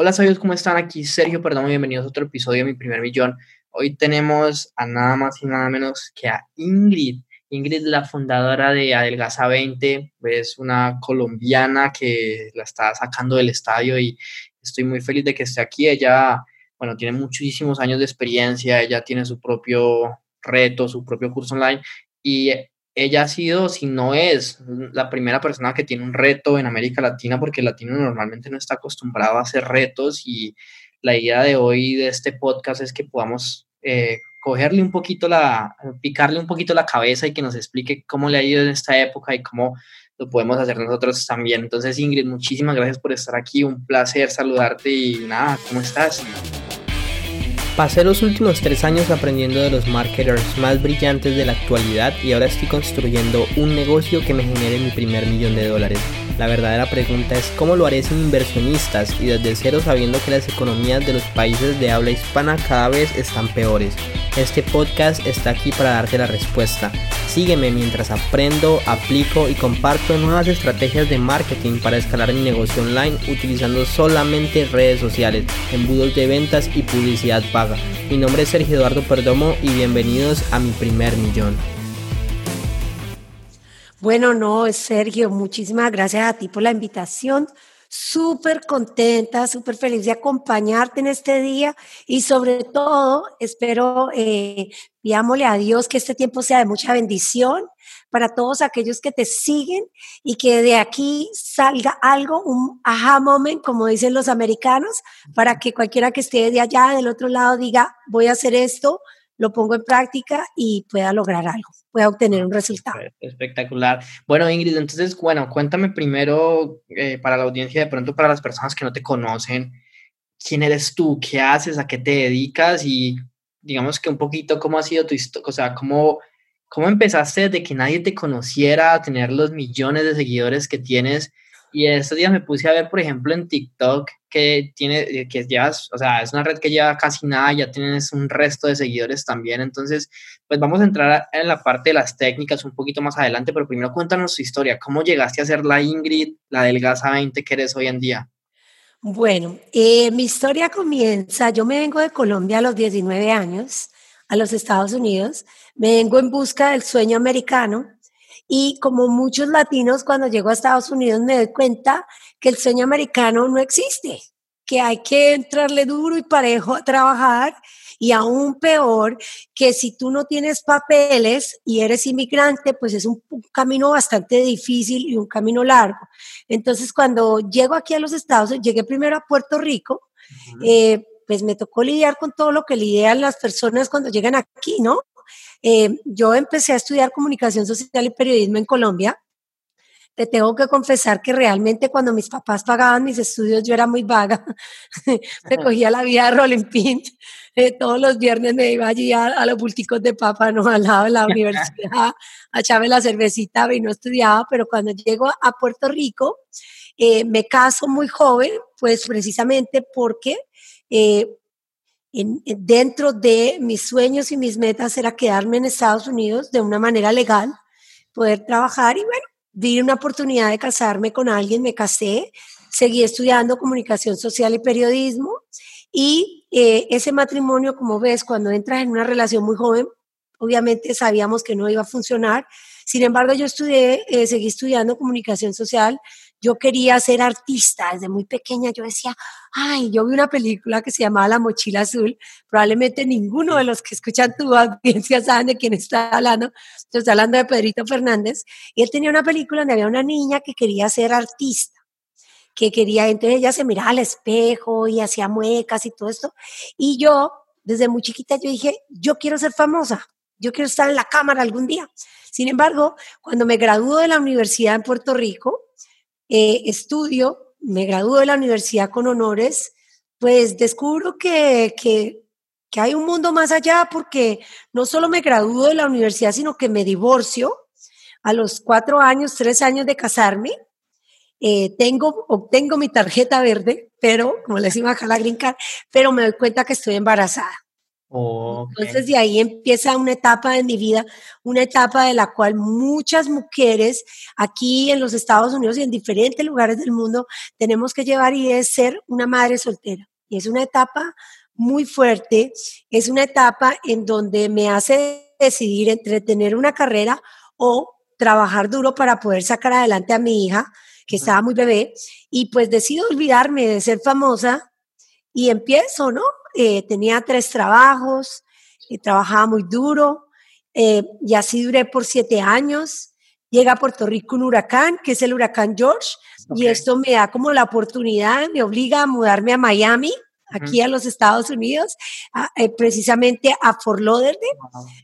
Hola sabios, ¿cómo están? Aquí Sergio Perdomo, bienvenidos a otro episodio de Mi Primer Millón. Hoy tenemos a nada más y nada menos que a Ingrid. Ingrid, la fundadora de Adelgaza 20, es una colombiana que la está sacando del estadio y estoy muy feliz de que esté aquí. Ella, bueno, tiene muchísimos años de experiencia, ella tiene su propio reto, su propio curso online y ella ha sido, si no es la primera persona que tiene un reto en América Latina, porque el latino normalmente no está acostumbrado a hacer retos y la idea de hoy de este podcast es que podamos cogerle un poquito picarle un poquito la cabeza y que nos explique cómo le ha ido en esta época y cómo lo podemos hacer nosotros también. Entonces, Ingrid, muchísimas gracias por estar aquí, un placer saludarte y nada, ¿cómo estás? Pasé los últimos 3 años aprendiendo de los marketers más brillantes de la actualidad y ahora estoy construyendo un negocio que me genere mi primer $1.000.000. La verdadera pregunta es cómo lo haré sin inversionistas y desde cero sabiendo que las economías de los países de habla hispana cada vez están peores. Este podcast está aquí para darte la respuesta. Sígueme mientras aprendo, aplico y comparto nuevas estrategias de marketing para escalar mi negocio online utilizando solamente redes sociales, embudos de ventas y publicidad paga. Mi nombre es Sergio Eduardo Perdomo y bienvenidos a Mi Primer Millón. Bueno, no, Sergio, muchísimas gracias a ti por la invitación. Súper contenta, súper feliz de acompañarte en este día y sobre todo espero, pidámosle a Dios que este tiempo sea de mucha bendición para todos aquellos que te siguen y que de aquí salga algo, un aha moment, como dicen los americanos, para que cualquiera que esté de allá, del otro lado, diga, voy a hacer esto, lo pongo en práctica y pueda lograr algo, pueda obtener un resultado. Espectacular. Bueno, Ingrid, entonces, bueno, cuéntame primero para la audiencia, de pronto para las personas que no te conocen, quién eres tú, qué haces, a qué te dedicas y digamos que un poquito cómo ha sido tu historia, o sea, cómo empezaste desde que nadie te conociera a tener los millones de seguidores que tienes. Y estos días me puse a ver, por ejemplo, en TikTok que llevas, o sea, es una red que lleva casi nada, ya tienes un resto de seguidores también. Entonces, pues vamos a entrar en la parte de las técnicas un poquito más adelante, pero primero cuéntanos tu historia. ¿Cómo llegaste a ser la Ingrid, la Adelgaza 20 que eres hoy en día? Bueno, mi historia comienza, yo me vengo de Colombia a los 19 años, a los Estados Unidos, me vengo en busca del sueño americano y como muchos latinos cuando llego a Estados Unidos me doy cuenta que el sueño americano no existe, que hay que entrarle duro y parejo a trabajar y aún peor que si tú no tienes papeles y eres inmigrante, pues es un camino bastante difícil y un camino largo. Entonces, cuando llego aquí a los Estados Unidos, llegué primero a Puerto Rico, pues me tocó lidiar con todo lo que lidian las personas cuando llegan aquí, ¿no? Yo empecé a estudiar comunicación social y periodismo en Colombia. Te tengo que confesar que realmente cuando mis papás pagaban mis estudios yo era muy vaga. Me cogía la vida de rolling pin. Todos los viernes me iba allí a los bulticos de papa, ¿no? Al lado de la universidad, a echarme la cervecita y no estudiaba, pero cuando llego a Puerto Rico, me caso muy joven, pues precisamente porque dentro de mis sueños y mis metas era quedarme en Estados Unidos de una manera legal, poder trabajar y bueno, vi una oportunidad de casarme con alguien, me casé, seguí estudiando comunicación social y periodismo y ese matrimonio, como ves, cuando entras en una relación muy joven, obviamente sabíamos que no iba a funcionar. Sin embargo, yo seguí estudiando comunicación social. Yo quería ser artista desde muy pequeña. Yo decía, ay, yo vi una película que se llamaba La Mochila Azul. Probablemente ninguno de los que escuchan tu audiencia saben de quién está hablando. Estoy hablando de Pedrito Fernández. Y él tenía una película donde había una niña que quería ser artista, entonces ella se miraba al espejo y hacía muecas y todo esto. Y yo, desde muy chiquita, yo dije, yo quiero ser famosa, yo quiero estar en la cámara algún día. Sin embargo, cuando me graduó de la universidad en Puerto Rico, me gradúo de la universidad con honores, pues descubro que hay un mundo más allá porque no solo me gradúo de la universidad, sino que me divorcio a los 4 años, 3 años de casarme. Obtengo mi tarjeta verde, pero como le decimos acá la Green Card, pero me doy cuenta que estoy embarazada. Oh, Entonces de ahí empieza una etapa de mi vida, una etapa de la cual muchas mujeres aquí en los Estados Unidos y en diferentes lugares del mundo tenemos que llevar, y es ser una madre soltera. Y es una etapa muy fuerte, es una etapa en donde me hace decidir entre tener una carrera o trabajar duro para poder sacar adelante a mi hija, que estaba muy bebé, y pues decido olvidarme de ser famosa y empiezo, ¿no? Tenía 3 trabajos, trabajaba muy duro, y así duré por 7 años. Llega a Puerto Rico un huracán, que es el huracán George, y esto me da como la oportunidad, me obliga a mudarme a Miami, aquí a los Estados Unidos, precisamente a Fort Lauderdale,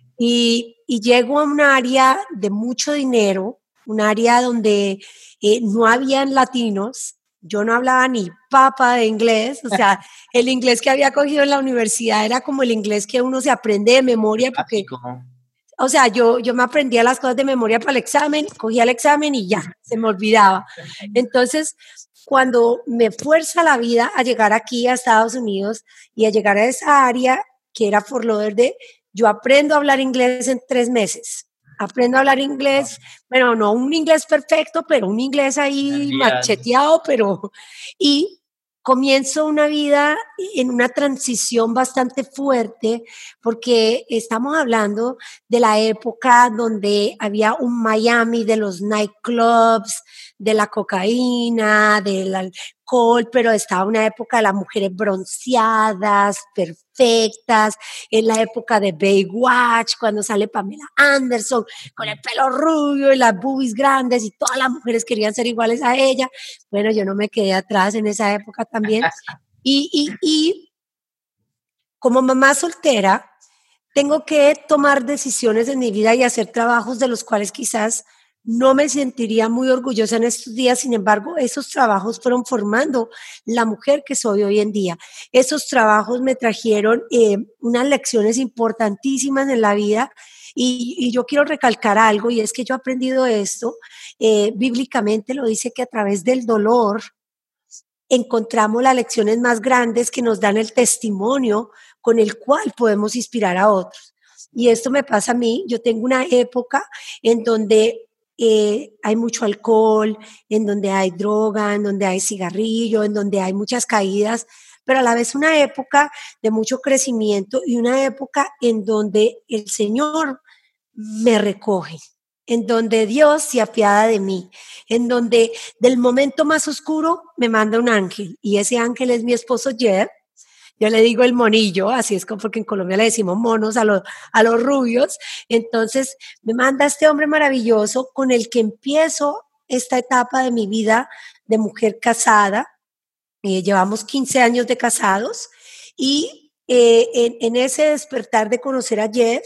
y llego a un área de mucho dinero, un área donde no habían latinos. Yo no hablaba ni papa de inglés, o sea, el inglés que había cogido en la universidad era como el inglés que uno se aprende de memoria, porque, o sea, yo me aprendía las cosas de memoria para el examen, cogía el examen y ya, se me olvidaba. Entonces, cuando me fuerza la vida a llegar aquí a Estados Unidos y a llegar a esa área que era Fort Lauderdale, yo aprendo a hablar inglés en 3 meses. Aprendo a hablar inglés, bueno, no un inglés perfecto, pero un inglés ahí macheteado, pero... Y comienzo una vida en una transición bastante fuerte, porque estamos hablando de la época donde había un Miami de los nightclubs, de la cocaína, del alcohol, pero estaba una época de las mujeres bronceadas, perfectas, en la época de Baywatch, cuando sale Pamela Anderson con el pelo rubio y las boobies grandes y todas las mujeres querían ser iguales a ella. Bueno, yo no me quedé atrás en esa época también. Y como mamá soltera, tengo que tomar decisiones en mi vida y hacer trabajos de los cuales quizás no me sentiría muy orgullosa en estos días. Sin embargo, esos trabajos fueron formando la mujer que soy hoy en día. Esos trabajos me trajeron unas lecciones importantísimas en la vida, y yo quiero recalcar algo, y es que yo he aprendido esto, bíblicamente lo dice, que a través del dolor encontramos las lecciones más grandes que nos dan el testimonio con el cual podemos inspirar a otros. Y esto me pasa a mí. Yo tengo una época en donde hay mucho alcohol, en donde hay droga, en donde hay cigarrillo, en donde hay muchas caídas, pero a la vez una época de mucho crecimiento y una época en donde el Señor me recoge, en donde Dios se apiada de mí, en donde del momento más oscuro me manda un ángel, y ese ángel es mi esposo Jeff. Yo le digo el monillo, así es como, porque en Colombia le decimos monos a los rubios. Entonces me manda este hombre maravilloso con el que empiezo esta etapa de mi vida de mujer casada. Llevamos 15 años de casados, y en ese despertar de conocer a Jeff,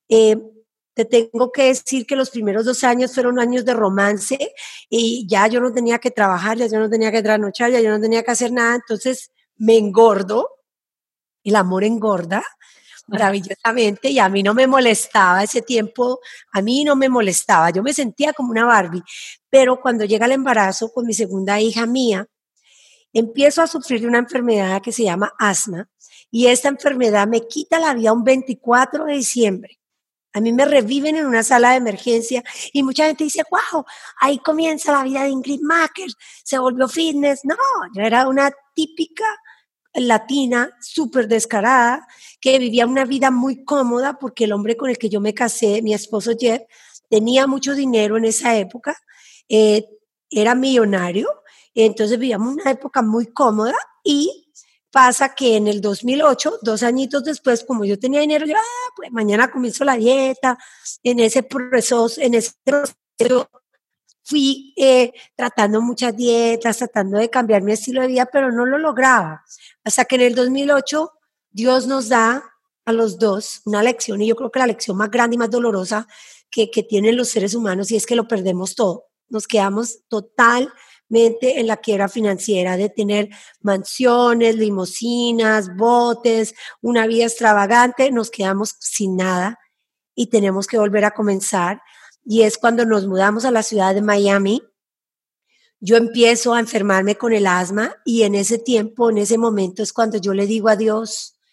te tengo que decir que los primeros 2 años fueron años de romance, y ya yo no tenía que trabajar, ya yo no tenía que trasnochar, ya yo no tenía que hacer nada. Entonces me engordo, el amor engorda maravillosamente, y a mí no me molestaba ese tiempo, a mí no me molestaba, yo me sentía como una Barbie. Pero cuando llega el embarazo con mi segunda hija mía, empiezo a sufrir de una enfermedad que se llama asma, y esta enfermedad me quita la vida un 24 de diciembre. A mí me reviven en una sala de emergencia, y mucha gente dice, wow, ahí comienza la vida de Ingrid Macker, se volvió fitness. No, yo era una típica latina, súper descarada, que vivía una vida muy cómoda, porque el hombre con el que yo me casé, mi esposo Jeff, tenía mucho dinero en esa época, era millonario. Entonces vivíamos una época muy cómoda, y pasa que en el 2008, 2 añitos después, como yo tenía dinero, yo, pues mañana comienzo la dieta. En ese proceso fui tratando muchas dietas, tratando de cambiar mi estilo de vida, pero no lo lograba. Hasta que en el 2008 Dios nos da a los dos una lección, y yo creo que la lección más grande y más dolorosa que tienen los seres humanos, y es que lo perdemos todo. Nos quedamos totalmente en la quiebra financiera, de tener mansiones, limusinas, botes, una vida extravagante. Nos quedamos sin nada y tenemos que volver a comenzar. Y es cuando nos mudamos a la ciudad de Miami. Yo empiezo a enfermarme con el asma, y en ese tiempo, en ese momento, es cuando yo le digo a Dios,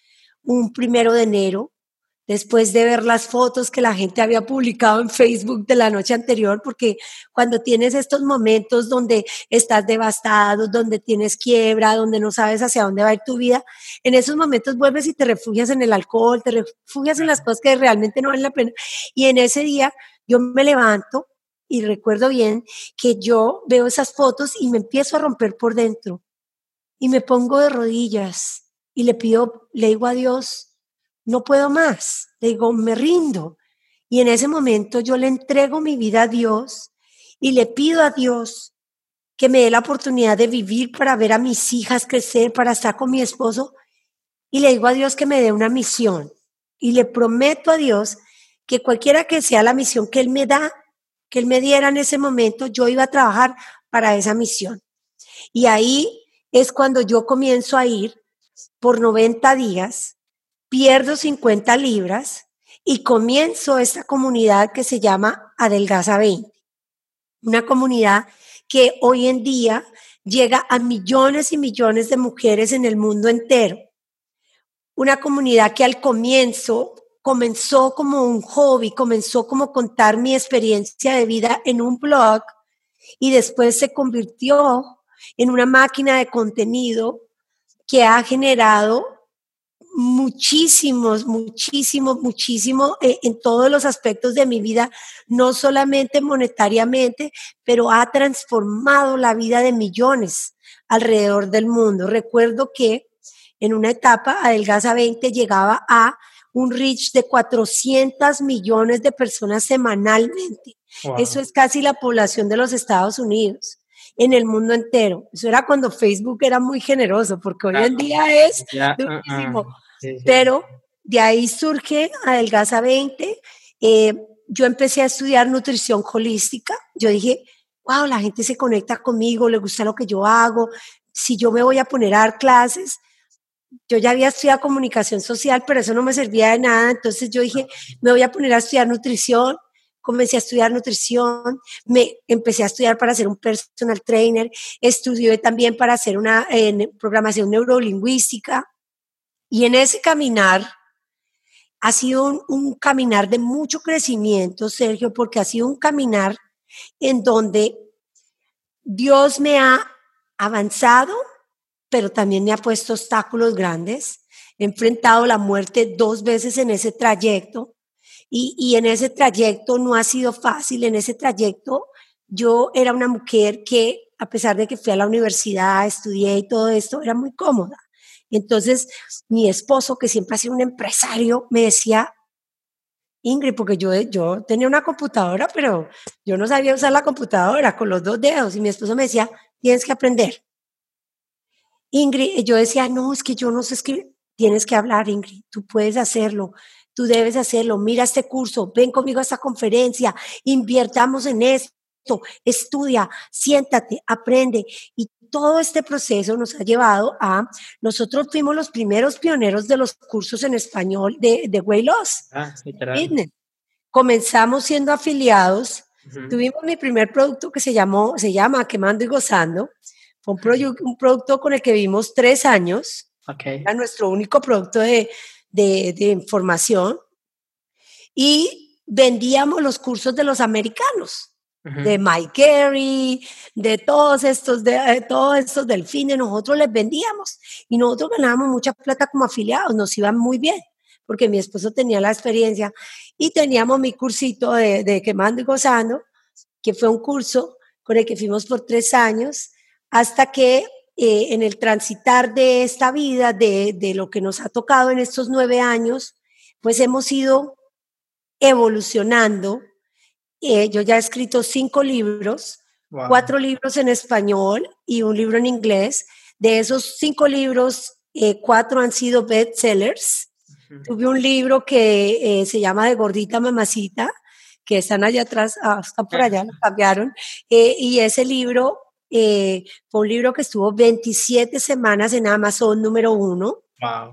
un 1 de enero, después de ver las fotos que la gente había publicado en Facebook de la noche anterior, porque cuando tienes estos momentos donde estás devastado, donde tienes quiebra, donde no sabes hacia dónde va a ir tu vida, en esos momentos vuelves y te refugias en el alcohol, te refugias en las cosas que realmente no valen la pena. Y en ese día yo me levanto y recuerdo bien que yo veo esas fotos y me empiezo a romper por dentro y me pongo de rodillas y le digo a Dios, no puedo más, le digo, me rindo. Y en ese momento yo le entrego mi vida a Dios y le pido a Dios que me dé la oportunidad de vivir para ver a mis hijas crecer, para estar con mi esposo. Y le digo a Dios que me dé una misión. Y le prometo a Dios que cualquiera que sea la misión que Él me da, que Él me diera en ese momento, yo iba a trabajar para esa misión. Y ahí es cuando yo comienzo a ir por 90 días, pierdo 50 libras y comienzo esta comunidad que se llama Adelgaza 20. Una comunidad que hoy en día llega a millones y millones de mujeres en el mundo entero. Una comunidad que al comienzo comenzó como un hobby, comenzó como contar mi experiencia de vida en un blog y después se convirtió en una máquina de contenido que ha generado muchísimo en todos los aspectos de mi vida, no solamente monetariamente, pero ha transformado la vida de millones alrededor del mundo. Recuerdo que en una etapa Adelgaza 20 llegaba a un reach de 400 millones de personas semanalmente. Wow. Eso es casi la población de los Estados Unidos en el mundo entero. Eso era cuando Facebook era muy generoso, porque hoy en día es durísimo. Sí. Pero de ahí surge Adelgaza 20. Yo empecé a estudiar nutrición holística. Yo dije, wow, la gente se conecta conmigo, le gusta lo que yo hago. Si yo me voy a poner a dar clases, yo ya había estudiado comunicación social, pero eso no me servía de nada. Entonces yo dije, me voy a poner a estudiar nutrición. Comencé a estudiar nutrición, me empecé a estudiar para ser un personal trainer, estudié también para hacer una programación neurolingüística. Y en ese caminar ha sido un caminar de mucho crecimiento, Sergio, porque ha sido un caminar en donde Dios me ha avanzado, pero también me ha puesto obstáculos grandes. He enfrentado la muerte 2 veces en ese trayecto y en ese trayecto no ha sido fácil. En ese trayecto yo era una mujer que, a pesar de que fui a la universidad, estudié y todo esto, era muy cómoda. Entonces, mi esposo, que siempre ha sido un empresario, me decía, Ingrid, porque yo tenía una computadora, pero yo no sabía usar la computadora con los 2 dedos. Y mi esposo me decía, tienes que aprender. Ingrid, yo decía, no, es que yo no sé escribir. Tienes que hablar, Ingrid, tú puedes hacerlo, tú debes hacerlo. Mira este curso, ven conmigo a esta conferencia, invirtamos en esto, estudia, siéntate, aprende. Y todo este proceso nos ha llevado a, nosotros fuimos los primeros pioneros de los cursos en español de Weight Loss. Fitness. Comenzamos siendo afiliados, tuvimos mi primer producto que se llama Quemando y Gozando. Fue un producto con el que vivimos 3 años. Era nuestro único producto de información. Y vendíamos los cursos de los americanos. De Mike Carey, de todos estos delfines, nosotros les vendíamos y nosotros ganábamos mucha plata como afiliados, nos iban muy bien, porque mi esposo tenía la experiencia y teníamos mi cursito de Quemando y Gozando, que fue un curso con el que fuimos por 3 años, hasta que en el transitar de esta vida, de lo que nos ha tocado en estos 9 años, pues hemos ido evolucionando. Yo ya he escrito 5 libros, wow. 4 libros en español y 1 libro en inglés. De esos 5 libros, 4 han sido bestsellers. Tuve un libro que se llama De Gordita Mamacita, que están allá atrás, están por allá, lo cambiaron. Y ese libro fue un libro que estuvo 27 semanas en Amazon, número 1. Wow.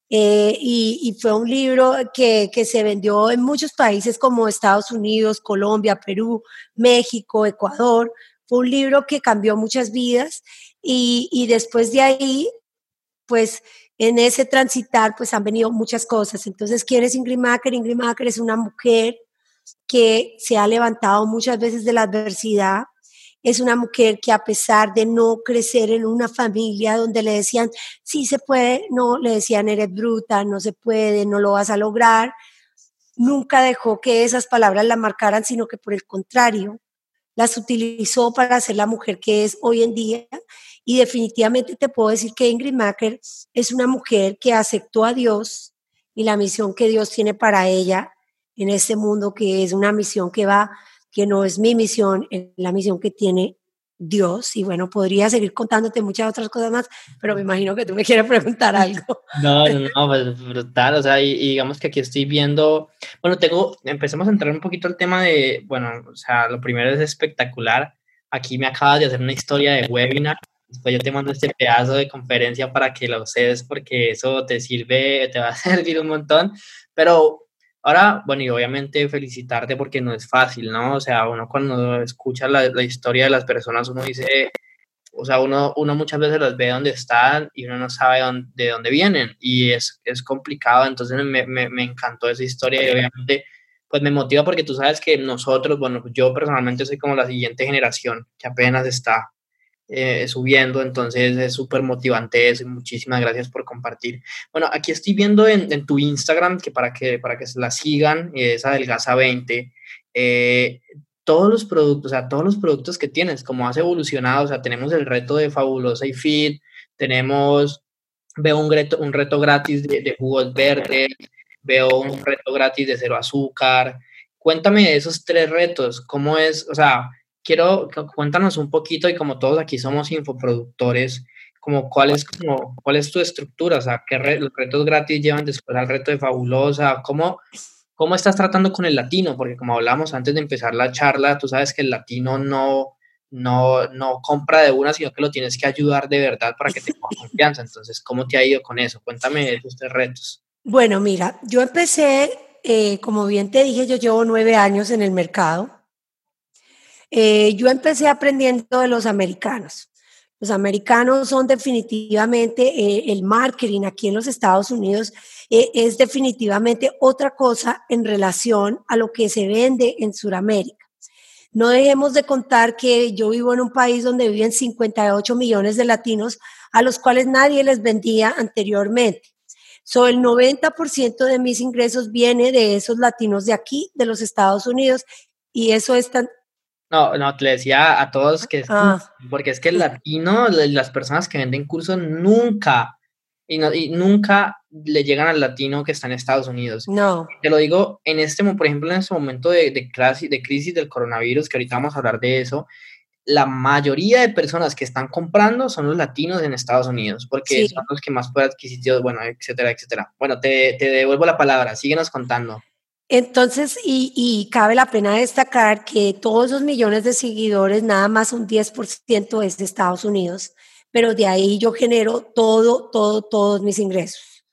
Y fue un libro que se vendió en muchos países como Estados Unidos, Colombia, Perú, México, Ecuador. Fue un libro que cambió muchas vidas y después de ahí pues en ese transitar pues han venido muchas cosas. Entonces, ¿quién es Ingrid Macker? Ingrid Macker es una mujer que se ha levantado muchas veces de la adversidad. Es una mujer que a pesar de no crecer en una familia donde le decían, sí se puede, no, le decían, eres bruta, no se puede, no lo vas a lograr, nunca dejó que esas palabras la marcaran, sino que por el contrario, las utilizó para ser la mujer que es hoy en día. Y definitivamente te puedo decir que Ingrid Macker es una mujer que aceptó a Dios y la misión que Dios tiene para ella en este mundo, que es una misión que no es mi misión, es la misión que tiene Dios. Y bueno, podría seguir contándote muchas otras cosas más, pero me imagino que tú me quieres preguntar algo. No, pues brutal, o sea, y digamos que aquí estoy viendo, bueno, empecemos a entrar un poquito al tema de, bueno, o sea, lo primero es espectacular, aquí me acabas de hacer una historia de webinar, después yo te mando este pedazo de conferencia para que lo uses porque eso te sirve, te va a servir un montón, pero ahora, bueno, y obviamente felicitarte porque no es fácil, ¿no? O sea, uno cuando escucha la historia de las personas, uno dice, o sea, uno muchas veces los ve donde están y uno no sabe de dónde vienen y es complicado, entonces me encantó esa historia y obviamente pues me motiva porque tú sabes que nosotros, bueno, yo personalmente soy como la siguiente generación que apenas está subiendo, entonces es súper motivante eso y muchísimas gracias por compartir. Bueno, aquí estoy viendo en tu Instagram que para que se la sigan, es Adelgaza20, todos los productos, o sea, todos los productos que tienes, cómo has evolucionado, o sea, tenemos el reto de Fabulosa y Fit, veo un reto gratis de jugos verdes, veo un reto gratis de cero azúcar. Cuéntame de esos 3 retos, ¿cómo es? O sea, cuéntanos un poquito y como todos aquí somos infoproductores, cuál es tu estructura, o sea, los retos gratis llevan después al reto de Fabulosa, ¿cómo estás tratando con el latino? Porque como hablamos antes de empezar la charla, tú sabes que el latino no compra de una, sino que lo tienes que ayudar de verdad para que te tenga confianza. Entonces, ¿cómo te ha ido con eso? Cuéntame de esos 3 retos. Bueno, mira, yo empecé, como bien te dije, yo llevo 9 años en el mercado. Yo empecé aprendiendo de los americanos. Los americanos son definitivamente el marketing aquí en los Estados Unidos es definitivamente otra cosa en relación a lo que se vende en Sudamérica. No dejemos de contar que yo vivo en un país donde viven 58 millones de latinos a los cuales nadie les vendía anteriormente. El 90% de mis ingresos viene de esos latinos de aquí, de los Estados Unidos, y eso es tan... No, te decía a todos porque es que el latino, las personas que venden cursos nunca, y nunca le llegan al latino que está en Estados Unidos. No. Te lo digo por ejemplo, en este momento de crisis del coronavirus, que ahorita vamos a hablar de eso, la mayoría de personas que están comprando son los latinos en Estados Unidos, porque son los que más poder adquisitivo, bueno, etcétera, etcétera. Bueno, te devuelvo la palabra, síguenos contando. Entonces, y cabe la pena destacar que todos esos millones de seguidores, nada más un 10% es de Estados Unidos, pero de ahí yo genero todos mis ingresos.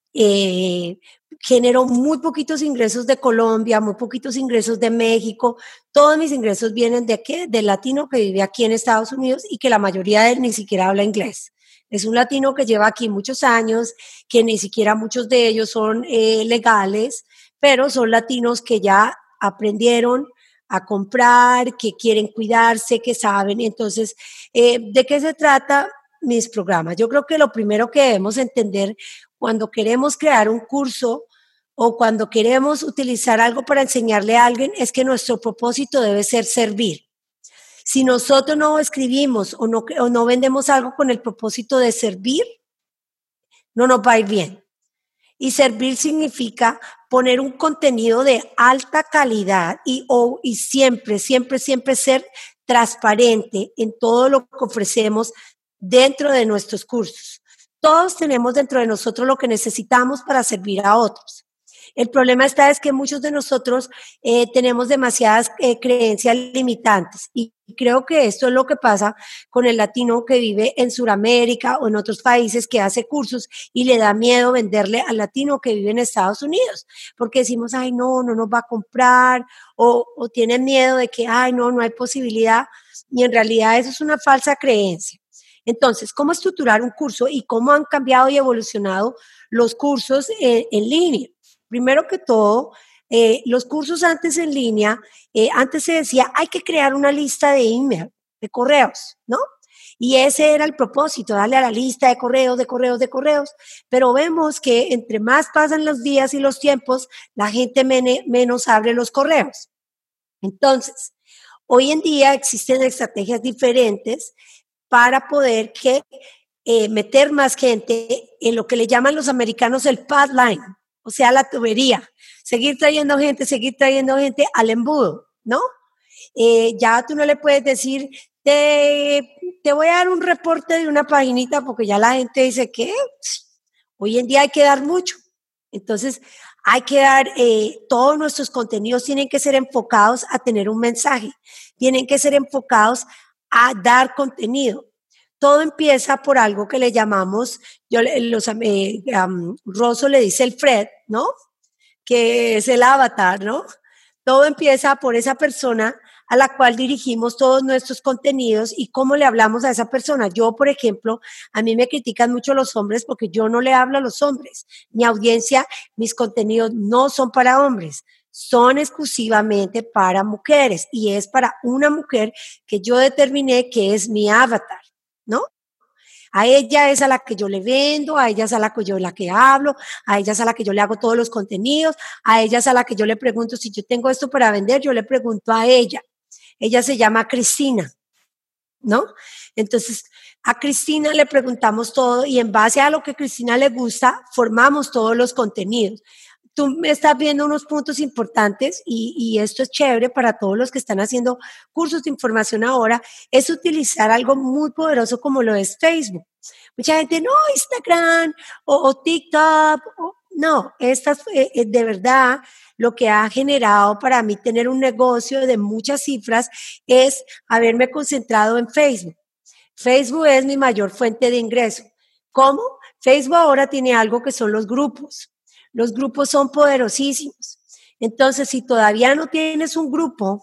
Genero muy poquitos ingresos de Colombia, muy poquitos ingresos de México. Todos mis ingresos vienen de qué? Del latino que vive aquí en Estados Unidos y que la mayoría de él ni siquiera habla inglés. Es un latino que lleva aquí muchos años, que ni siquiera muchos de ellos son legales, pero son latinos que ya aprendieron a comprar, que quieren cuidarse, que saben. Entonces, ¿de qué se trata mis programas? Yo creo que lo primero que debemos entender cuando queremos crear un curso o cuando queremos utilizar algo para enseñarle a alguien es que nuestro propósito debe ser servir. Si nosotros no escribimos o no vendemos algo con el propósito de servir, no nos va a ir bien. Y servir significa poner un contenido de alta calidad y siempre ser transparente en todo lo que ofrecemos dentro de nuestros cursos. Todos tenemos dentro de nosotros lo que necesitamos para servir a otros. El problema es que muchos de nosotros tenemos demasiadas creencias limitantes y creo que esto es lo que pasa con el latino que vive en Sudamérica o en otros países que hace cursos y le da miedo venderle al latino que vive en Estados Unidos porque decimos, ay, no nos va a comprar o tienen miedo de que, ay, no hay posibilidad y en realidad eso es una falsa creencia. Entonces, ¿cómo estructurar un curso y cómo han cambiado y evolucionado los cursos en línea? Primero que todo, los cursos antes en línea, antes se decía, hay que crear una lista de email, de correos, ¿no? Y ese era el propósito, darle a la lista de correos, de correos, de correos. Pero vemos que entre más pasan los días y los tiempos, la gente menos abre los correos. Entonces, hoy en día existen estrategias diferentes para poder meter más gente en lo que le llaman los americanos el pipeline, o sea, la tubería. Seguir trayendo gente al embudo, ¿no? Ya tú no le puedes decir, te voy a dar un reporte de una paginita porque ya la gente dice que hoy en día hay que dar mucho. Entonces, hay que dar, todos nuestros contenidos tienen que ser enfocados a tener un mensaje, tienen que ser enfocados a dar contenido. Todo empieza por algo que le llamamos, Rosso le dice el Fred, ¿no? Que es el avatar, ¿no? Todo empieza por esa persona a la cual dirigimos todos nuestros contenidos y cómo le hablamos a esa persona. Yo, por ejemplo, a mí me critican mucho los hombres porque yo no le hablo a los hombres. Mi audiencia, mis contenidos no son para hombres, son exclusivamente para mujeres y es para una mujer que yo determiné que es mi avatar, ¿no? A ella es a la que yo le vendo, a ella es a la que hablo, a ella es a la que yo le hago todos los contenidos, a ella es a la que yo le pregunto si yo tengo esto para vender, yo le pregunto a ella. Ella se llama Cristina, ¿no? Entonces, a Cristina le preguntamos todo y en base a lo que a Cristina le gusta, formamos todos los contenidos. Tú me estás viendo unos puntos importantes y esto es chévere para todos los que están haciendo cursos de información ahora, es utilizar algo muy poderoso como lo es Facebook. Mucha gente, no, Instagram o TikTok, no, estas de verdad lo que ha generado para mí tener un negocio de muchas cifras es haberme concentrado en Facebook. Facebook es mi mayor fuente de ingreso. ¿Cómo? Facebook ahora tiene algo que son los grupos. Los grupos son poderosísimos. Entonces, si todavía no tienes un grupo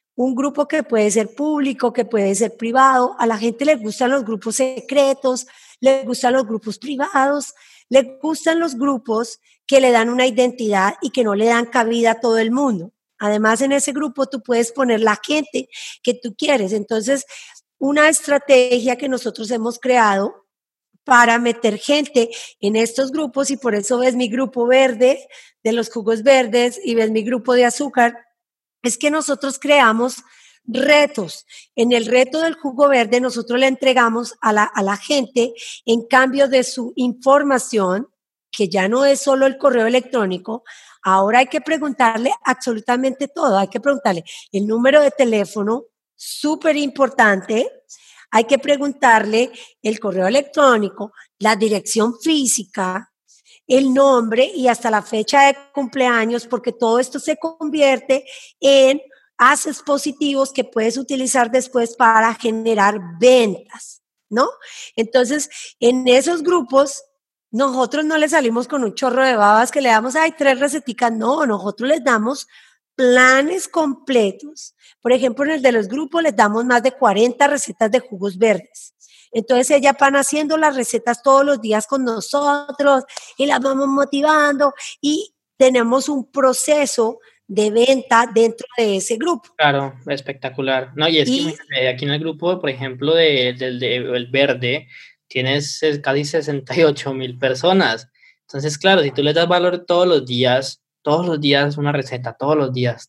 que puede ser público, que puede ser privado, a la gente le gustan los grupos secretos, le gustan los grupos privados, le gustan los grupos que le dan una identidad y que no le dan cabida a todo el mundo. Además, en ese grupo tú puedes poner la gente que tú quieres. Entonces, una estrategia que nosotros hemos creado para meter gente en estos grupos y por eso ves mi grupo verde de los jugos verdes y ves mi grupo de azúcar, es que nosotros creamos retos. En el reto del jugo verde nosotros le entregamos a la gente en cambio de su información, que ya no es solo el correo electrónico, ahora hay que preguntarle absolutamente todo, hay que preguntarle el número de teléfono, súper importante. Hay que preguntarle el correo electrónico, la dirección física, el nombre y hasta la fecha de cumpleaños, porque todo esto se convierte en assets positivos que puedes utilizar después para generar ventas, ¿no? Entonces, en esos grupos, nosotros no le salimos con un chorro de babas que le damos, 3 receticas, no, nosotros les damos planes completos. Por ejemplo, en el de los grupos les damos más de 40 recetas de jugos verdes. Entonces ellas van haciendo las recetas todos los días con nosotros y las vamos motivando y tenemos un proceso de venta dentro de ese grupo. Claro, espectacular. No, y es que aquí en el grupo, por ejemplo, del verde, tienes casi 68,000 personas. Entonces, claro, si tú les das valor todos los días una receta, todos los días.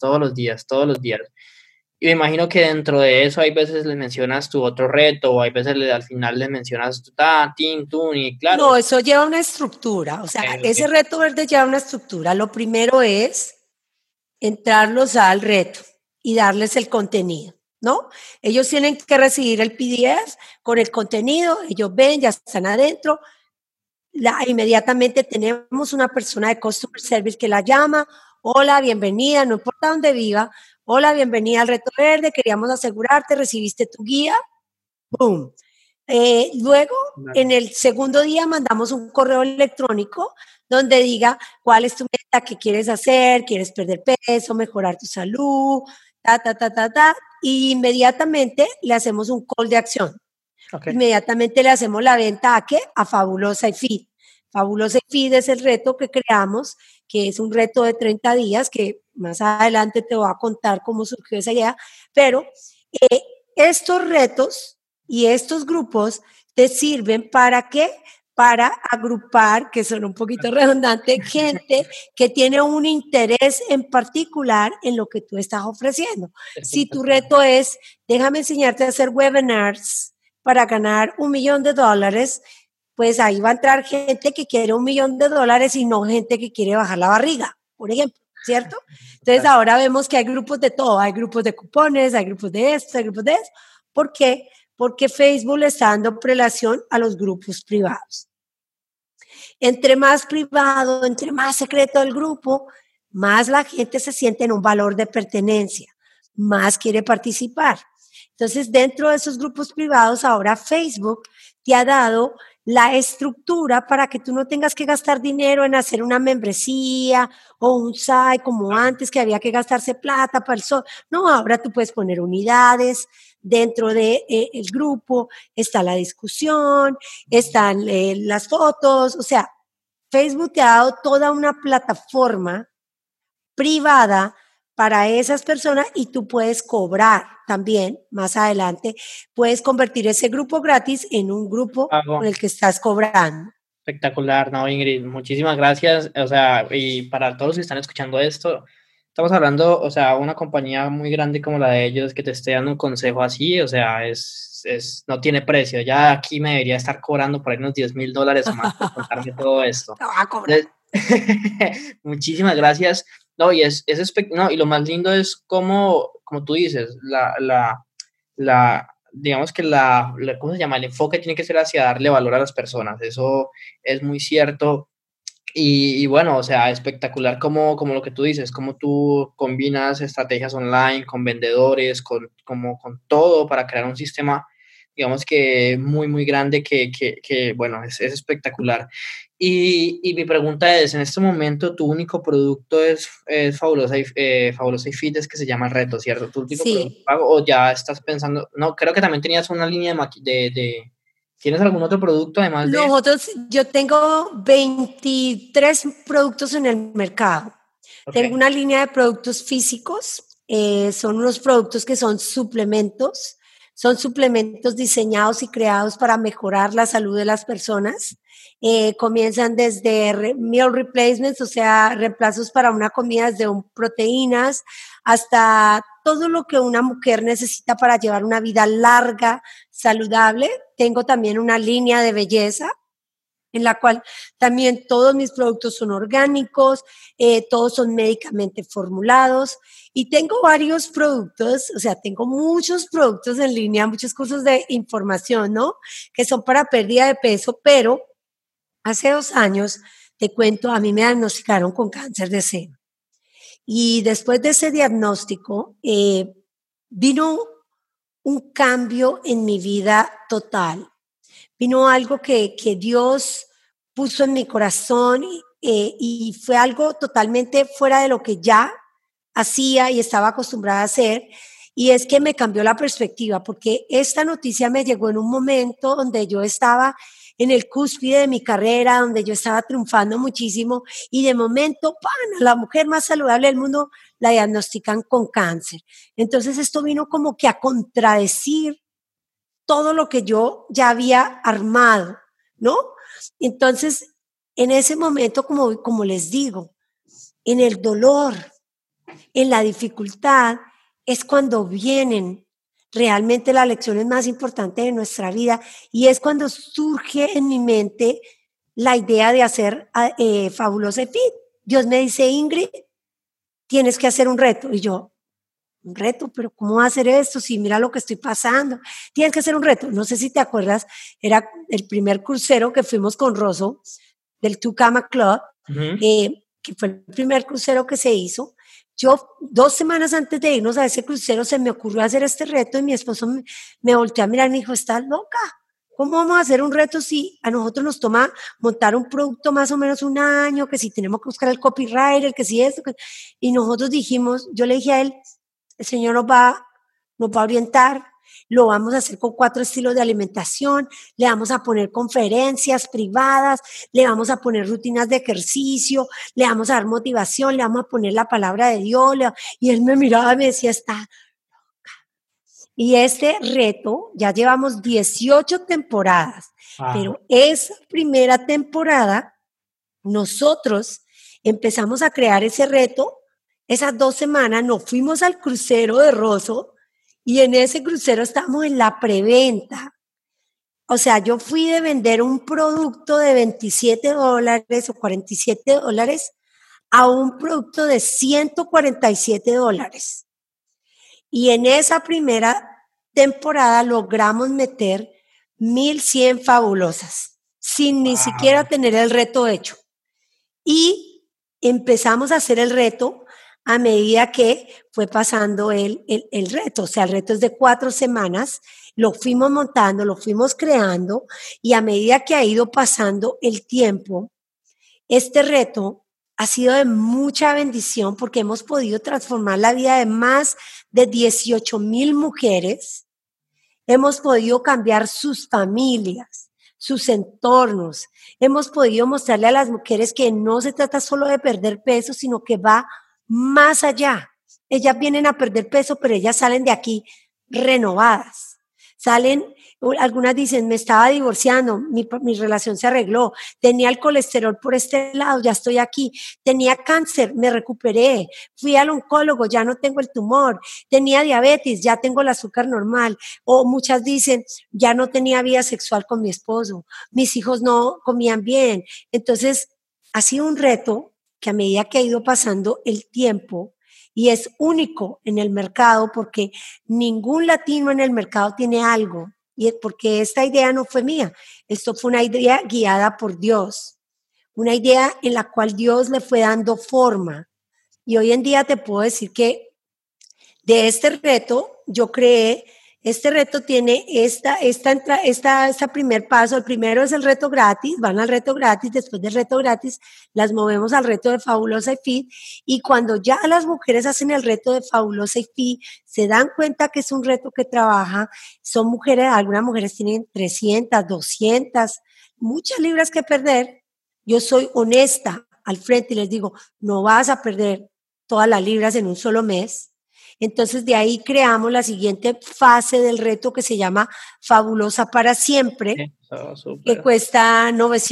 Y me imagino que dentro de eso hay veces les mencionas tu otro reto o hay veces al final les mencionas tin, tun y claro. No, eso lleva una estructura. O sea, ese reto verde lleva una estructura. Lo primero es entrarlos al reto y darles el contenido, ¿no? Ellos tienen que recibir el PDF con el contenido, ellos ven, ya están adentro. Inmediatamente tenemos una persona de Customer Service que la llama, hola, bienvenida, no importa dónde viva, hola, bienvenida al Reto Verde, queríamos asegurarte, recibiste tu guía, ¡boom! Luego, en el segundo día mandamos un correo electrónico donde diga cuál es tu meta, qué quieres hacer, quieres perder peso, mejorar tu salud, y inmediatamente le hacemos un call de acción. Okay. Inmediatamente le hacemos la venta ¿a qué? A Fabulosa y Fit. Fabulosa y Fit es el reto que creamos, que es un reto de 30 días, que más adelante te voy a contar cómo surgió esa idea, pero estos retos y estos grupos te sirven para qué? Para agrupar, que son un poquito redundante, gente que tiene un interés en particular en lo que tú estás ofreciendo. Si tu reto es, déjame enseñarte a hacer webinars para ganar $1 millón, pues ahí va a entrar gente que quiere $1 millón y no gente que quiere bajar la barriga, por ejemplo, ¿cierto? Entonces ahora vemos que hay grupos de todo, hay grupos de cupones, hay grupos de esto, hay grupos de eso. ¿Por qué? Porque Facebook le está dando prelación a los grupos privados. Entre más privado, entre más secreto el grupo, más la gente se siente en un valor de pertenencia, más quiere participar. Entonces, dentro de esos grupos privados, ahora Facebook te ha dado la estructura para que tú no tengas que gastar dinero en hacer una membresía o un site como antes que había que gastarse plata para el sol. No, ahora tú puedes poner unidades dentro de el grupo, está la discusión, están las fotos, o sea, Facebook te ha dado toda una plataforma privada para esas personas y tú puedes cobrar también más adelante, puedes convertir ese grupo gratis en un grupo con el que estás cobrando. Espectacular, no, Ingrid, muchísimas gracias. O sea, y para todos los que están escuchando esto, estamos hablando, o sea, una compañía muy grande como la de ellos que te esté dando un consejo así, o sea, no tiene precio. Ya aquí me debería estar cobrando por ahí unos $10,000 o más por contarme todo esto. Te va a cobrar. Muchísimas gracias. No, y no, y lo más lindo es como tú dices, digamos que ¿cómo se llama? El enfoque tiene que ser hacia darle valor a las personas. Eso es muy cierto. Y bueno, o sea, espectacular como lo que tú dices, como tú combinas estrategias online con vendedores, con todo para crear un sistema, digamos que muy, muy grande que bueno, es espectacular. Y mi pregunta es, en este momento, tu único producto es Fabulosa y Fit, es que se llama Reto, ¿cierto? ¿Tu único producto pago o ya estás pensando? No, creo que también tenías una línea de ¿tienes algún otro producto además de...? Nosotros, yo tengo 23 productos en el mercado. Okay. Tengo una línea de productos físicos, son unos productos que son suplementos diseñados y creados para mejorar la salud de las personas. Comienzan desde meal replacements, o sea, reemplazos para una comida, desde proteínas hasta todo lo que una mujer necesita para llevar una vida larga, saludable. Tengo también una línea de belleza en la cual también todos mis productos son orgánicos, todos son médicamente formulados y tengo varios productos, o sea, tengo muchos productos en línea, muchos cursos de información, ¿no? Que son para pérdida de peso, pero hace 2 años, te cuento, a mí me diagnosticaron con cáncer de seno. Y después de ese diagnóstico, vino un cambio en mi vida total. Vino algo que Dios puso en mi corazón y fue algo totalmente fuera de lo que ya hacía y estaba acostumbrada a hacer. Y es que me cambió la perspectiva, porque esta noticia me llegó en un momento donde yo estaba en el cúspide de mi carrera, donde yo estaba triunfando muchísimo y de momento, ¡pam!, a la mujer más saludable del mundo la diagnostican con cáncer. Entonces esto vino como que a contradecir todo lo que yo ya había armado, ¿no? Entonces, en ese momento, como les digo, en el dolor, en la dificultad, es cuando vienen realmente las lecciones más importantes de nuestra vida y es cuando surge en mi mente la idea de hacer Fabulosa y Fit. Dios me dice, Ingrid, tienes que hacer un reto. Y yo, un reto, pero ¿cómo va a hacer esto? Si mira lo que estoy pasando. Tienes que hacer un reto. No sé si te acuerdas, era el primer crucero que fuimos con Rosso del Tucama Club, que fue el primer crucero que se hizo. Yo 2 semanas antes de irnos a ese crucero se me ocurrió hacer este reto y mi esposo me volteó a mirar y me dijo, ¿estás loca? ¿Cómo vamos a hacer un reto si a nosotros nos toma montar un producto más o menos 1 año, que si tenemos que buscar el copywriter, que si esto? Y nosotros dijimos, yo le dije a él, el Señor nos va a orientar, lo vamos a hacer con 4 estilos de alimentación, le vamos a poner conferencias privadas, le vamos a poner rutinas de ejercicio, le vamos a dar motivación, le vamos a poner la palabra de Dios. Y él me miraba y me decía, está. Y este reto, ya llevamos 18 temporadas, pero esa primera temporada, nosotros empezamos a crear ese reto. Esas 2 semanas nos fuimos al crucero de Rosso y en ese crucero estábamos en la preventa. O sea, yo fui de vender un producto de $27 o $47 a un producto de $147. Y en esa primera temporada logramos meter 1,100 fabulosas, sin ni siquiera tener el reto hecho. Y empezamos a hacer el reto a medida que fue pasando el reto. O sea, el reto es de 4 semanas, lo fuimos montando, lo fuimos creando, y a medida que ha ido pasando el tiempo, este reto ha sido de mucha bendición porque hemos podido transformar la vida de más de 18,000 mujeres. Hemos podido cambiar sus familias, sus entornos. Hemos podido mostrarle a las mujeres que no se trata solo de perder peso, sino que va más allá. Ellas vienen a perder peso, pero ellas salen de aquí renovadas. Salen, algunas dicen, me estaba divorciando, mi relación se arregló, tenía el colesterol por este lado, ya estoy aquí, tenía cáncer, me recuperé, fui al oncólogo, ya no tengo el tumor, tenía diabetes, ya tengo el azúcar normal, o muchas dicen, ya no tenía vida sexual con mi esposo, mis hijos no comían bien. Entonces, ha sido un reto que a medida que ha ido pasando el tiempo, y es único en el mercado porque ningún latino en el mercado tiene algo, y porque esta idea no fue mía, esto fue una idea guiada por Dios, una idea en la cual Dios le fue dando forma. Y hoy en día te puedo decir que de este reto yo creé. Este reto tiene este primer paso. El primero es el reto gratis, van al reto gratis, después del reto gratis las movemos al reto de Fabulosa y Fit, y cuando ya las mujeres hacen el reto de Fabulosa y Fit, se dan cuenta que es un reto que trabaja, son mujeres, algunas mujeres tienen 300, 200, muchas libras que perder. Yo soy honesta al frente y les digo, no vas a perder todas las libras en un solo mes. Entonces de ahí creamos la siguiente fase del reto que se llama Fabulosa para Siempre, que cuesta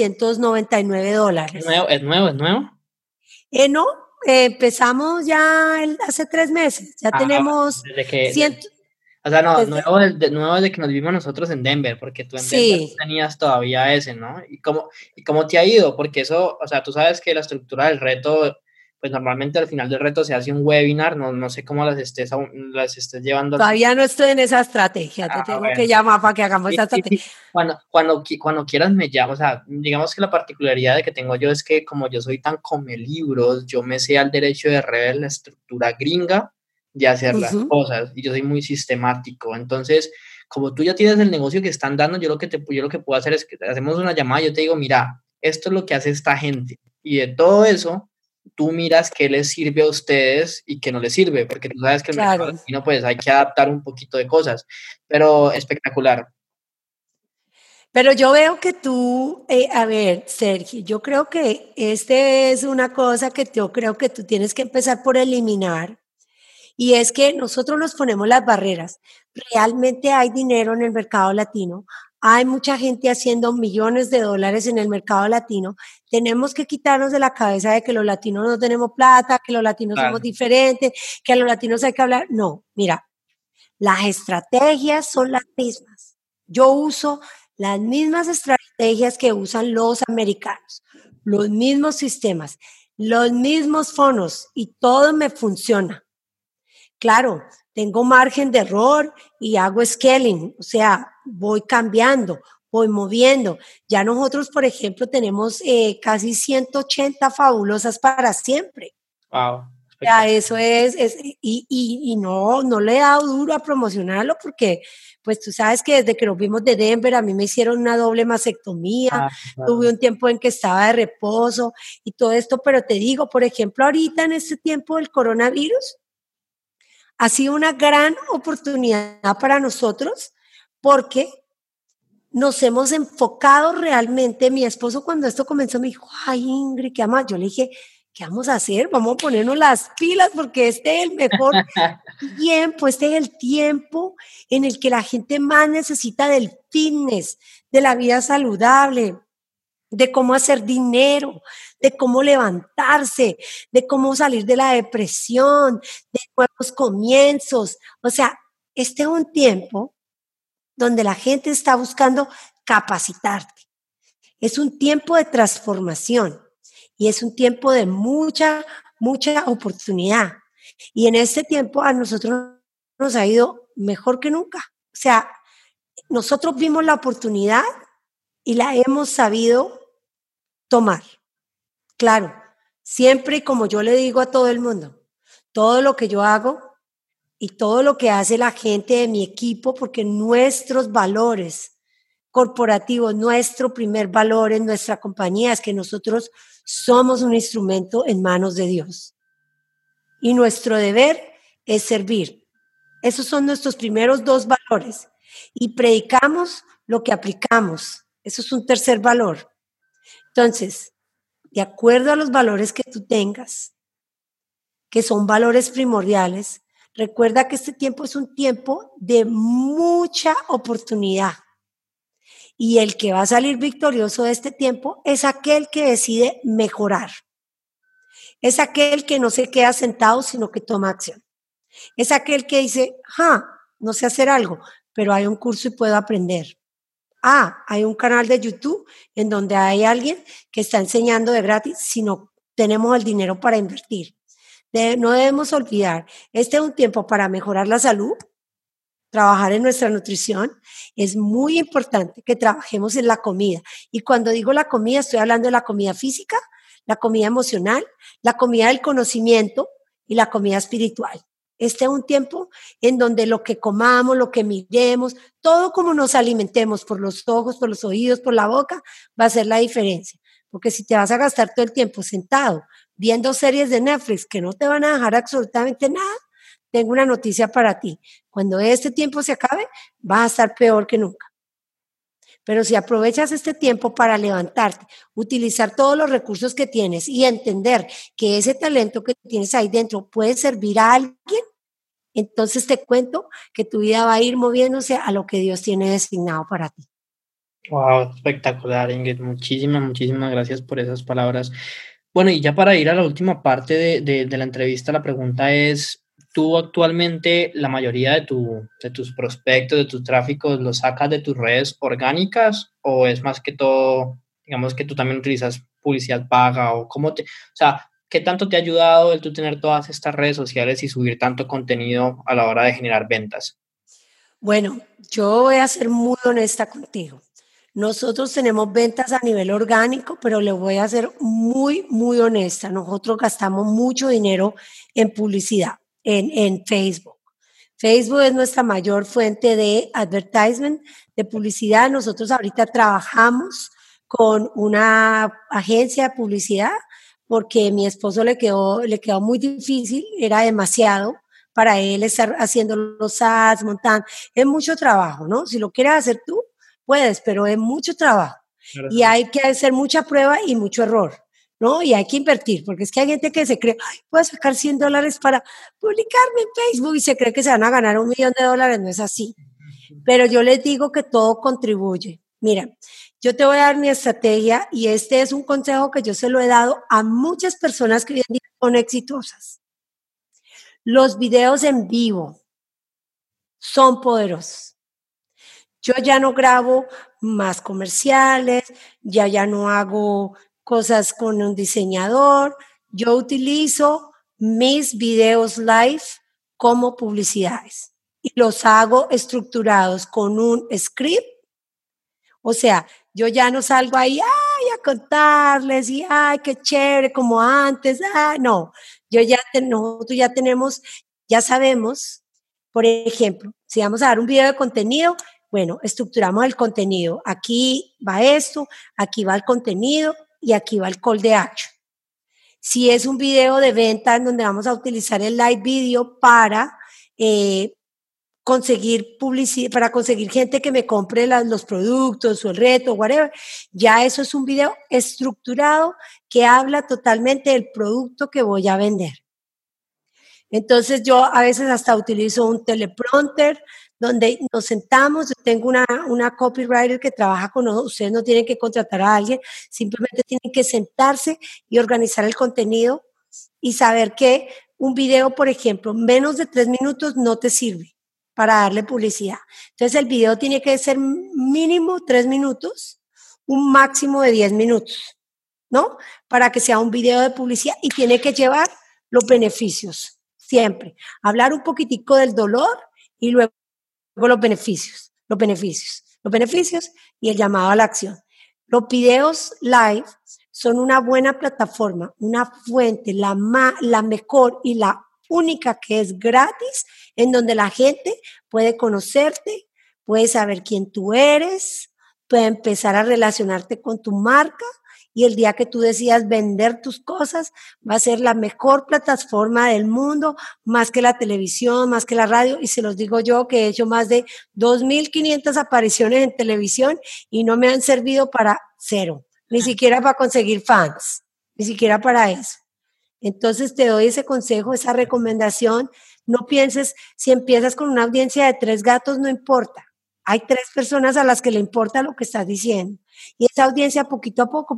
$999. ¿Es nuevo? ¿Es nuevo? ¿Es nuevo? No, empezamos ya hace 3 meses, ya tenemos desde que, 100. o sea, no, nuevo desde que nos vimos nosotros en Denver, porque tú en Denver tenías todavía ese, ¿no? ¿Y cómo te ha ido? Porque eso, o sea, tú sabes que la estructura del reto, pues normalmente al final del reto se hace un webinar, no sé cómo las estés llevando. Todavía no estoy en esa estrategia, te tengo que llamar para que hagamos esa estrategia. Cuando quieras me llamas, o sea, digamos que la particularidad de que tengo yo es que como yo soy tan come libros, yo me sé al derecho de rever la estructura gringa de hacer las cosas, y yo soy muy sistemático. Entonces, como tú ya tienes el negocio que están dando, yo lo que puedo hacer es que hacemos una llamada y yo te digo, mira, esto es lo que hace esta gente, y de todo eso tú miras qué les sirve a ustedes y qué no les sirve, porque tú sabes que el mercado latino, pues hay que adaptar un poquito de cosas, pero espectacular. Pero yo veo que tú, a ver, Sergio, yo creo que es una cosa que yo creo que tú tienes que empezar por eliminar, y es que nosotros nos ponemos las barreras. Realmente hay dinero en el mercado latino, hay mucha gente haciendo millones de dólares en el mercado latino. Tenemos que quitarnos de la cabeza de que los latinos no tenemos plata, que los latinos somos diferentes, que a los latinos hay que hablar. No, mira, las estrategias son las mismas. Yo uso las mismas estrategias que usan los americanos, los mismos sistemas, los mismos fondos, y todo me funciona. Claro, tengo margen de error y hago scaling, o sea, voy cambiando, voy moviendo. Ya nosotros, por ejemplo, tenemos casi 180 fabulosas para siempre. Wow. Ya, eso y no le he dado duro a promocionarlo porque, pues tú sabes que desde que nos vimos de Denver a mí me hicieron una doble mastectomía, tuve un tiempo en que estaba de reposo y todo esto, pero te digo, por ejemplo, ahorita en este tiempo del coronavirus, ha sido una gran oportunidad para nosotros porque nos hemos enfocado realmente. Mi esposo cuando esto comenzó me dijo, ay Ingrid, ¿qué vamos? Yo le dije, ¿qué vamos a hacer? Vamos a ponernos las pilas porque este es el mejor tiempo, este es el tiempo en el que la gente más necesita del fitness, de la vida saludable, de cómo hacer dinero, de cómo levantarse, de cómo salir de la depresión, de nuevos comienzos. O sea, este es un tiempo donde la gente está buscando capacitarte. Es un tiempo de transformación y es un tiempo de mucha oportunidad. Y en este tiempo a nosotros nos ha ido mejor que nunca. O sea, nosotros vimos la oportunidad y la hemos sabido tomar. Claro, siempre como yo le digo a todo el mundo, todo lo que yo hago y todo lo que hace la gente de mi equipo, porque nuestros valores corporativos, nuestro primer valor en nuestra compañía es que nosotros somos un instrumento en manos de Dios. Y nuestro deber es servir. Esos son nuestros primeros dos valores. Y predicamos lo que aplicamos. Eso es un tercer valor. Entonces, de acuerdo a los valores que tú tengas, que son valores primordiales, recuerda que este tiempo es un tiempo de mucha oportunidad. Y el que va a salir victorioso de este tiempo es aquel que decide mejorar. Es aquel que no se queda sentado, sino que toma acción. Es aquel que dice, no sé hacer algo, pero hay un curso y puedo aprender. Hay un canal de YouTube en donde hay alguien que está enseñando de gratis si no tenemos el dinero para invertir. No debemos olvidar, este es un tiempo para mejorar la salud, trabajar en nuestra nutrición. Es muy importante que trabajemos en la comida. Y cuando digo la comida, estoy hablando de la comida física, la comida emocional, la comida del conocimiento y la comida espiritual. Este es un tiempo en donde lo que comamos, lo que miremos, todo como nos alimentemos por los ojos, por los oídos, por la boca, va a hacer la diferencia. Porque si te vas a gastar todo el tiempo sentado viendo series de Netflix que no te van a dejar absolutamente nada, tengo una noticia para ti. Cuando este tiempo se acabe, vas a estar peor que nunca. Pero si aprovechas este tiempo para levantarte, utilizar todos los recursos que tienes y entender que ese talento que tienes ahí dentro puede servir a alguien, entonces te cuento que tu vida va a ir moviéndose a lo que Dios tiene designado para ti. Wow, espectacular, Ingrid. Muchísimas gracias por esas palabras. Bueno, y ya para ir a la última parte de la entrevista, la pregunta es, ¿tú actualmente la mayoría de tus prospectos, de tus tráficos, los sacas de tus redes orgánicas o es más que todo, digamos que tú también utilizas publicidad paga o qué tanto te ha ayudado el tú tener todas estas redes sociales y subir tanto contenido a la hora de generar ventas? Bueno, yo voy a ser muy honesta contigo. Nosotros tenemos ventas a nivel orgánico, pero le voy a ser muy honesta. Nosotros gastamos mucho dinero en publicidad, en Facebook. Facebook es nuestra mayor fuente de advertisement, de publicidad. Nosotros ahorita trabajamos con una agencia de publicidad porque a mi esposo le quedó muy difícil, era demasiado para él estar haciendo los ads, montando. Es mucho trabajo, ¿no? Si lo quieres hacer tú, puedes, pero es mucho trabajo. Claro. Y hay que hacer mucha prueba y mucho error, ¿no? Y hay que invertir, porque es que hay gente que se cree, voy a sacar $100 para publicarme en Facebook y se cree que se van a ganar $1.000.000, no es así. Pero yo les digo que todo contribuye. Mira, yo te voy a dar mi estrategia y este es un consejo que yo se lo he dado a muchas personas que hoy en día son exitosas. Los videos en vivo son poderosos. Yo ya no grabo más comerciales, ya no hago cosas con un diseñador. Yo utilizo mis videos live como publicidades y los hago estructurados con un script. O sea, yo ya no salgo ahí, a contarles y, qué chévere, como antes. No, nosotros ya sabemos, por ejemplo, si vamos a dar un video de contenido, bueno, estructuramos el contenido. Aquí va esto, aquí va el contenido y aquí va el call de action. Si es un video de venta en donde vamos a utilizar el live video para conseguir publicidad, para conseguir gente que me compre los productos o el reto, whatever. Ya eso es un video estructurado que habla totalmente del producto que voy a vender. Entonces yo a veces hasta utilizo un teleprompter donde nos sentamos, yo tengo una copywriter que trabaja con nosotros, ustedes no tienen que contratar a alguien, simplemente tienen que sentarse y organizar el contenido y saber que un video, por ejemplo, menos de 3 minutos no te sirve para darle publicidad. Entonces el video tiene que ser mínimo 3 minutos, un máximo de 10 minutos, ¿no? Para que sea un video de publicidad y tiene que llevar los beneficios. Siempre. Hablar un poquitico del dolor y luego los beneficios y el llamado a la acción. Los videos live son una buena plataforma, una fuente, la mejor y la única que es gratis, en donde la gente puede conocerte, puede saber quién tú eres, puede empezar a relacionarte con tu marca. Y el día que tú decidas vender tus cosas, va a ser la mejor plataforma del mundo, más que la televisión, más que la radio. Y se los digo yo que he hecho más de 2.500 apariciones en televisión y no me han servido para cero, ni siquiera para conseguir fans, ni siquiera para eso. Entonces te doy ese consejo, esa recomendación. No pienses, si empiezas con una audiencia de 3 gatos, no importa. Hay 3 personas a las que le importa lo que estás diciendo. Y esa audiencia poquito a poco,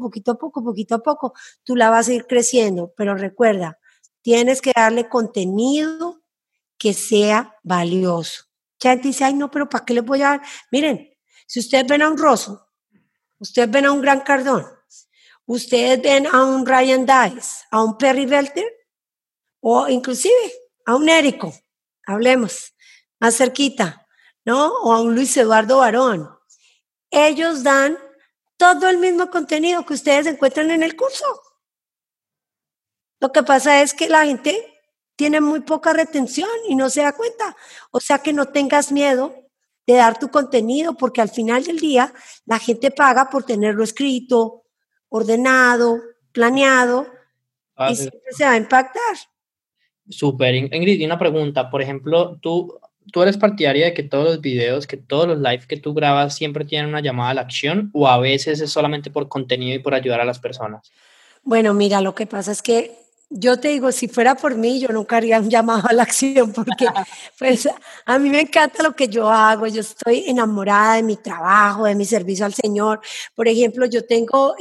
tú la vas a ir creciendo. Pero recuerda, tienes que darle contenido que sea valioso. Ya gente dice, ay no, pero ¿para qué les voy a dar? Miren, si ustedes ven a un Rosso, ustedes ven a un Gran Cardón, ustedes ven a un Ryan Dice, a un Perry Belter, o inclusive a un Érico, hablemos, más cerquita, ¿no? O a un Luis Eduardo Barón. Ellos dan todo el mismo contenido que ustedes encuentran en el curso. Lo que pasa es que la gente tiene muy poca retención y no se da cuenta. O sea que no tengas miedo de dar tu contenido, porque al final del día la gente paga por tenerlo escrito, ordenado, planeado, y siempre se va a impactar. Súper. Ingrid, y una pregunta. Por ejemplo, ¿tú eres partidaria de que todos los videos, que todos los live que tú grabas siempre tienen una llamada a la acción, o a veces es solamente por contenido y por ayudar a las personas? Bueno, mira, lo que pasa es que yo te digo, si fuera por mí, yo nunca haría un llamado a la acción, porque pues a mí me encanta lo que yo hago, yo estoy enamorada de mi trabajo, de mi servicio al Señor. Por ejemplo, yo tengo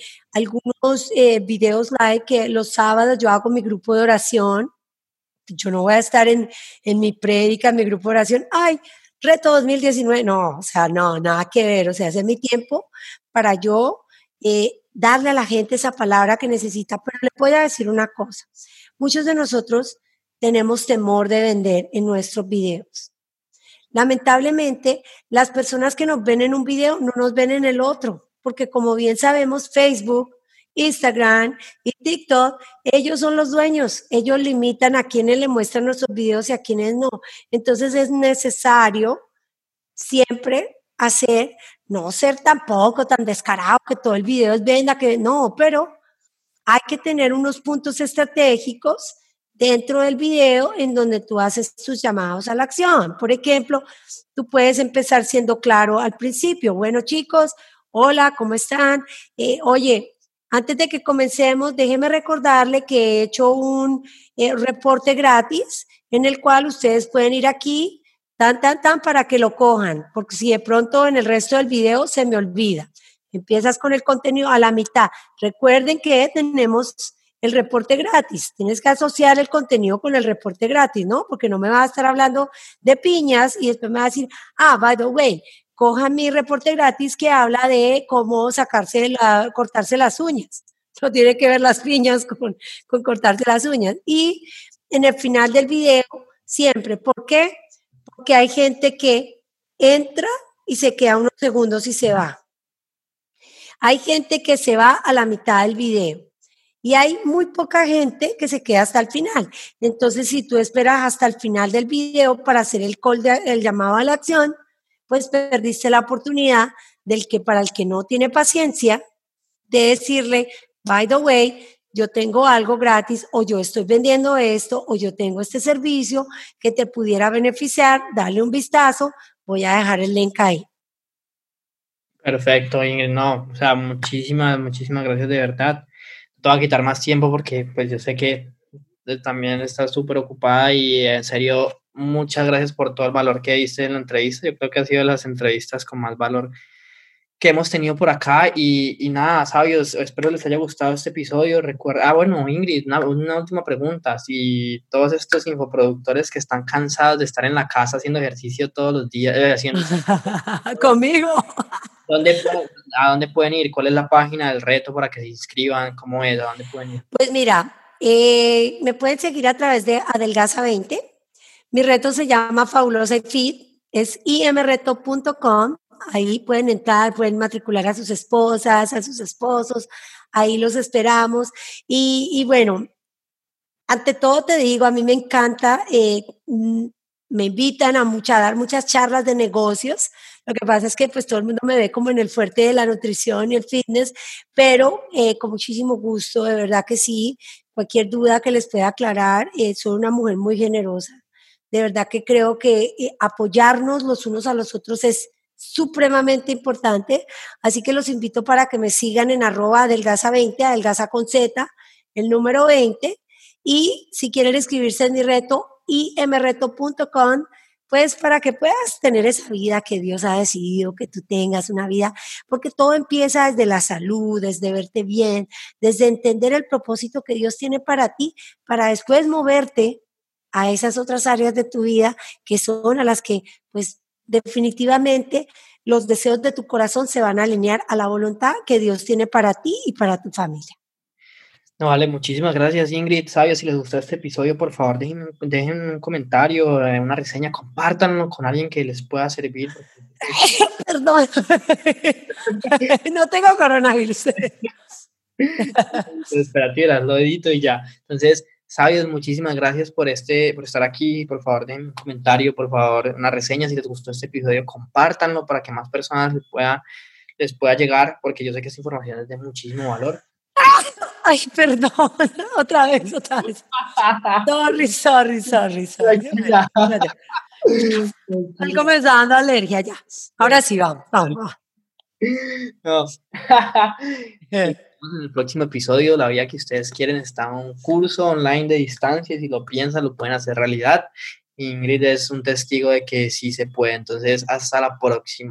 algunos videos live que los sábados yo hago mi grupo de oración. Yo no voy a estar en mi prédica, en mi grupo de oración, ay, reto 2019, no, o sea, no, nada que ver, o sea, ese es mi tiempo para yo darle a la gente esa palabra que necesita. Pero le voy a decir una cosa, muchos de nosotros tenemos temor de vender en nuestros videos. Lamentablemente, las personas que nos ven en un video no nos ven en el otro, porque como bien sabemos, Facebook, Instagram y TikTok, ellos son los dueños, ellos limitan a quienes le muestran nuestros videos y a quienes no. Entonces es necesario siempre no ser tampoco tan descarado que todo el video es venda, que no, pero hay que tener unos puntos estratégicos dentro del video en donde tú haces tus llamados a la acción. Por ejemplo, tú puedes empezar siendo claro al principio. Bueno, chicos, hola, ¿cómo están? Oye, antes de que comencemos, déjeme recordarle que he hecho un reporte gratis en el cual ustedes pueden ir aquí, para que lo cojan, porque si de pronto en el resto del video se me olvida. Empiezas con el contenido a la mitad. Recuerden que tenemos el reporte gratis. Tienes que asociar el contenido con el reporte gratis, ¿no? Porque no me vas a estar hablando de piñas y después me vas a decir, by the way, cojan mi reporte gratis que habla de cómo cortarse las uñas. No tiene que ver las piñas con cortarse las uñas. Y en el final del video, siempre, ¿por qué? Porque hay gente que entra y se queda unos segundos y se va. Hay gente que se va a la mitad del video. Y hay muy poca gente que se queda hasta el final. Entonces, si tú esperas hasta el final del video para hacer el llamado a la acción, pues perdiste la oportunidad para el que no tiene paciencia, de decirle, by the way, yo tengo algo gratis o yo estoy vendiendo esto o yo tengo este servicio que te pudiera beneficiar, dale un vistazo, voy a dejar el link ahí. Perfecto, Ingrid, no, o sea, muchísimas gracias de verdad. Te voy a quitar más tiempo porque pues yo sé que también estás súper ocupada y en serio, muchas gracias por todo el valor que diste en la entrevista. Yo creo que ha sido de las entrevistas con más valor que hemos tenido por acá y nada, sabios, espero les haya gustado este episodio. Recuerda, bueno, Ingrid, una última pregunta. Si todos estos infoproductores que están cansados de estar en la casa haciendo ejercicio todos los días, haciendo... Conmigo. ¿A dónde pueden ir? ¿Cuál es la página del reto para que se inscriban? ¿Cómo es? ¿A dónde pueden ir? Pues mira, me pueden seguir a través de Adelgaza 20. Mi reto se llama Fabulosa y Fit, es imreto.com. Ahí pueden entrar, pueden matricular a sus esposas, a sus esposos, ahí los esperamos. Y bueno, ante todo te digo, a mí me encanta, me invitan a dar muchas charlas de negocios. Lo que pasa es que pues todo el mundo me ve como en el fuerte de la nutrición y el fitness, pero con muchísimo gusto, de verdad que sí. Cualquier duda que les pueda aclarar, soy una mujer muy generosa. De verdad que creo que apoyarnos los unos a los otros es supremamente importante. Así que los invito para que me sigan en @adelgaza20, adelgaza con Z, el número 20. Y si quieren inscribirse en mi reto, imreto.com, pues para que puedas tener esa vida que Dios ha decidido que tú tengas, una vida, porque todo empieza desde la salud, desde verte bien, desde entender el propósito que Dios tiene para ti, para después moverte a esas otras áreas de tu vida que son a las que, pues, definitivamente los deseos de tu corazón se van a alinear a la voluntad que Dios tiene para ti y para tu familia. No, vale, muchísimas gracias, Ingrid. Sabios, si les gustó este episodio, por favor, dejen un comentario, una reseña, compártanlo con alguien que les pueda servir. Perdón, no tengo coronavirus. Espérate, lo edito y ya. Entonces, sabios, muchísimas gracias por estar aquí. Por favor, dejen un comentario, por favor, una reseña. Si les gustó este episodio, compártanlo para que más personas les pueda llegar, porque yo sé que esta información es de muchísimo valor. Ay, perdón, otra vez. Sorry. Estoy comenzando alergia ya. Ahora sí, vamos. No. En el próximo episodio, la vida que ustedes quieren está en un curso online de distancia. Si lo piensan, lo pueden hacer realidad. Ingrid es un testigo de que sí se puede. Entonces, hasta la próxima.